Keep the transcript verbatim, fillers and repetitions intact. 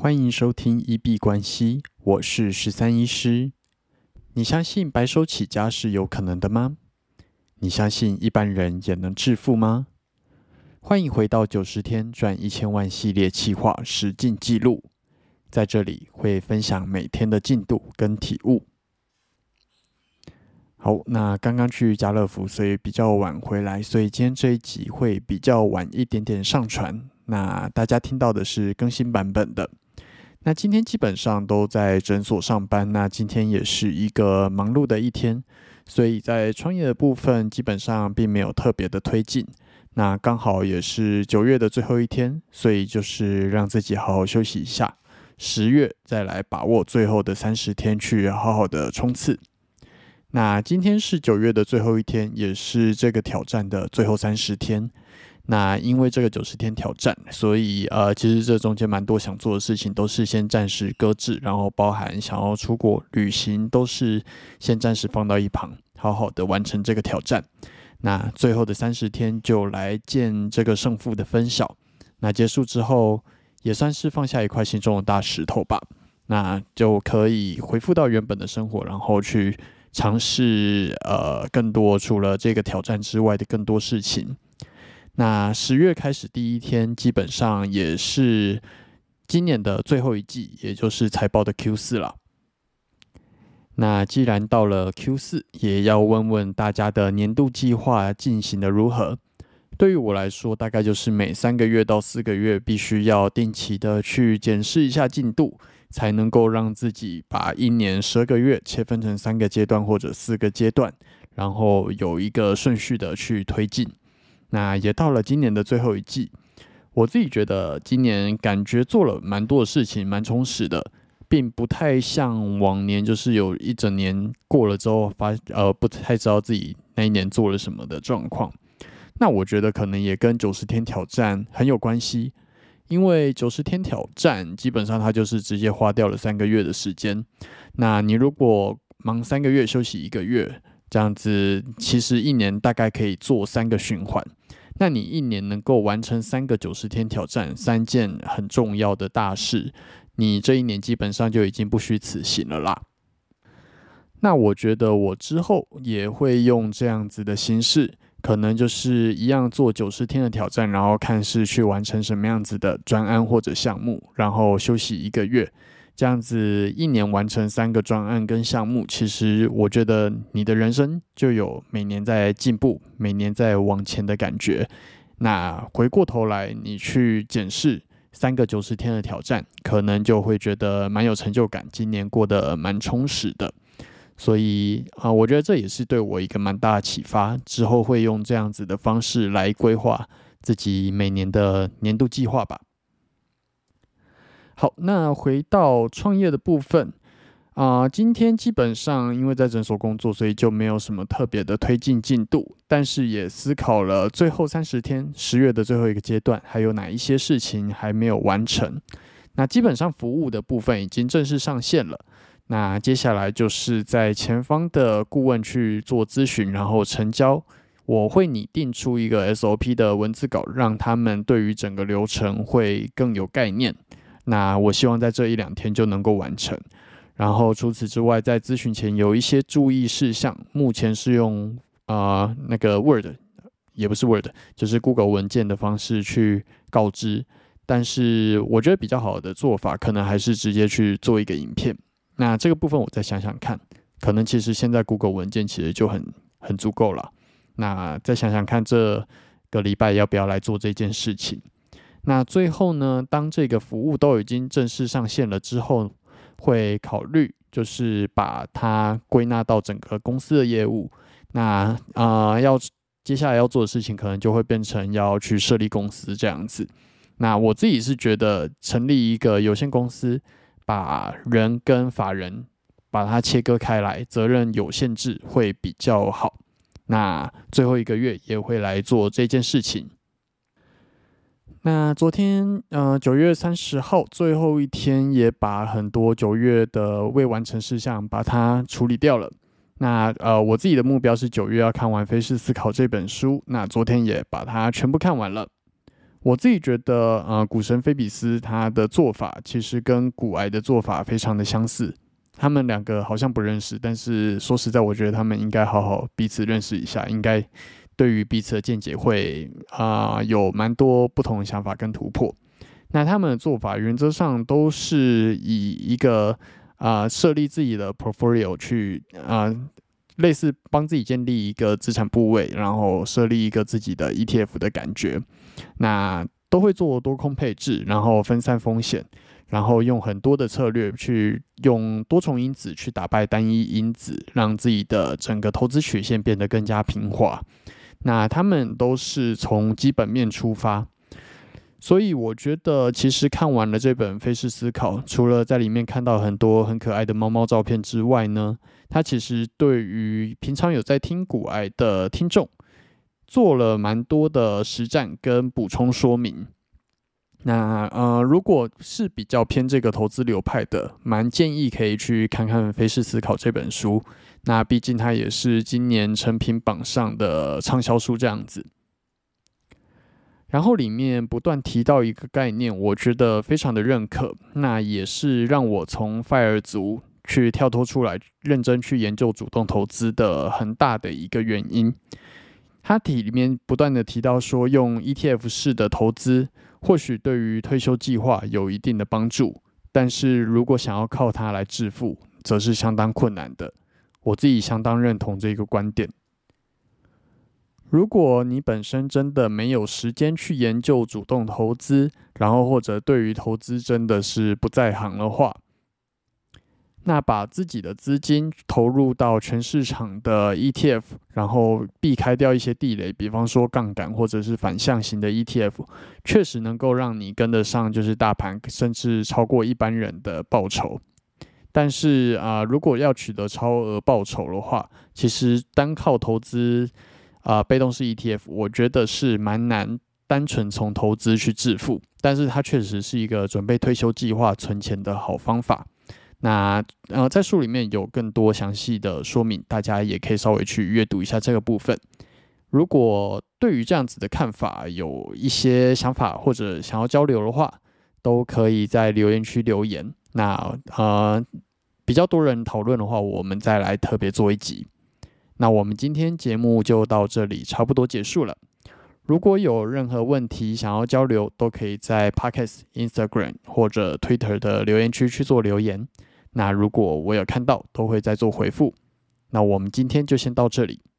欢迎收听一币关系，我是十三医师。你相信白手起家是有可能的吗？你相信一般人也能致富吗？欢迎回到九十天赚一千万系列企划实进记录，在这里会分享每天的进度跟体悟。好，那刚刚去家乐福，所以比较晚回来，所以今天这一集会比较晚一点点上传。那大家听到的是更新版本的。那今天基本上都在诊所上班，那今天也是一个忙碌的一天，所以在创业的部分基本上并没有特别的推进。那刚好也是九月的最后一天，所以就是让自己好好休息一下，十月再来把握最后的三十天去好好的冲刺。那今天是九月的最后一天，也是这个挑战的最后三十天。那因为这个九十天挑战，所以呃，其实这中间蛮多想做的事情都是先暂时搁置，然后包含想要出国旅行都是先暂时放到一旁，好好的完成这个挑战。那最后的三十天就来见这个胜负的分晓。那结束之后，也算是放下一块心中的大石头吧。那就可以恢复到原本的生活，然后去尝试呃更多除了这个挑战之外的更多事情。那十月开始第一天，基本上也是今年的最后一季，也就是财报的 Q 四 了。那既然到了 Q 四，也要问问大家的年度计划进行的如何。对于我来说，大概就是每三个月到四个月，必须要定期的去检视一下进度，才能够让自己把一年十二个月切分成三个阶段或者四个阶段，然后有一个顺序的去推进。那也到了今年的最后一季，我自己觉得今年感觉做了蛮多的事情，蛮充实的，并不太像往年，就是有一整年过了之后发呃不太知道自己那一年做了什么的状况。那我觉得可能也跟九十天挑战很有关系，因为九十天挑战基本上它就是直接花掉了三个月的时间。那你如果忙三个月休息一个月，这样子其实一年大概可以做三个循环。那你一年能够完成三个九十天挑战，三件很重要的大事，你这一年基本上就已经不虚此行了啦。那我觉得我之后也会用这样子的形式，可能就是一样做九十天的挑战，然后看是去完成什么样子的专案或者项目，然后休息一个月。这样子一年完成三个专案跟项目，其实我觉得你的人生就有每年在进步，每年在往前的感觉。那回过头来，你去检视三个九十天的挑战，可能就会觉得蛮有成就感，今年过得蛮充实的。所以啊、呃，我觉得这也是对我一个蛮大的启发，之后会用这样子的方式来规划自己每年的年度计划吧。好，那回到创业的部分啊、呃，今天基本上因为在诊所工作，所以就没有什么特别的推进进度，但是也思考了最后三十天，十月的最后一个阶段，还有哪一些事情还没有完成。那基本上服务的部分已经正式上线了，那接下来就是在前方的顾问去做咨询，然后成交。我会拟定出一个 S O P 的文字稿，让他们对于整个流程会更有概念。那我希望在这一两天就能够完成。然后除此之外，在咨询前有一些注意事项，目前是用呃那个 Word， 也不是 Word， 就是 Google 文件的方式去告知。但是我觉得比较好的做法，可能还是直接去做一个影片。那这个部分我再想想看，可能其实现在 Google 文件其实就很很足够了。那再想想看，这个礼拜要不要来做这件事情？那最后呢，当这个服务都已经正式上线了之后，会考虑就是把它归纳到整个公司的业务。那呃，要接下来要做的事情，可能就会变成要去设立公司这样子。那我自己是觉得成立一个有限公司，把人跟法人把它切割开来，责任有限制会比较好。那最后一个月也会来做这件事情。那昨天呃九月三十号最后一天，也把很多九月的未完成事项把它处理掉了。那呃我自己的目标是九月要看完《非式思考》这本书，那昨天也把它全部看完了。 我自己觉得，呃，股神菲比斯他的做法其实跟股癌的做法非常的相似。他们两个好像不认识，但是说实在，我觉得他们应该好好彼此认识一下，应该对于彼此的见解会啊、呃、有蛮多不同的想法跟突破。那他们的做法原则上都是以一个啊、呃、设立自己的 portfolio 去啊、呃、类似帮自己建立一个资产部位，然后设立一个自己的 E T F 的感觉。那都会做多空配置，然后分散风险，然后用很多的策略去用多重因子去打败单一因子，让自己的整个投资曲线变得更加平滑。那他们都是从基本面出发，所以我觉得其实看完了这本《菲氏思考》，除了在里面看到很多很可爱的猫猫照片之外呢，它其实对于平常有在听股癌的听众做了蛮多的实战跟补充说明。那呃，如果是比较偏这个投资流派的，蛮建议可以去看看《菲氏思考》这本书。那毕竟它也是今年成品榜上的畅销书这样子。然后里面不断提到一个概念，我觉得非常的认可，那也是让我从 F I R E 族去跳脱出来，认真去研究主动投资的很大的一个原因。它里面不断的提到说，用 E T F 式的投资，或许对于退休计划有一定的帮助，但是如果想要靠它来致富，则是相当困难的。我自己相当认同这个观点。如果你本身真的没有时间去研究主动投资，然后或者对于投资真的是不在行的话，那把自己的资金投入到全市场的 E T F， 然后避开掉一些地雷，比方说杠杆或者是反向型的 E T F， 确实能够让你跟得上就是大盘，甚至超过一般人的报酬。但是啊、呃，如果要取得超额报酬的话，其实单靠投资啊、呃、被动式 E T F， 我觉得是蛮难单纯从投资去致富，但是它确实是一个准备退休计划存钱的好方法。那呃，在书里面有更多详细的说明，大家也可以稍微去阅读一下这个部分。如果对于这样子的看法有一些想法或者想要交流的话，都可以在留言区留言。那呃，比较多人讨论的话，我们再来特别做一集。那我们今天节目就到这里，差不多结束了。如果有任何问题想要交流，都可以在 Podcast、Instagram 或者 Twitter 的留言区去做留言。那如果我有看到，都会再做回复。那我们今天就先到这里。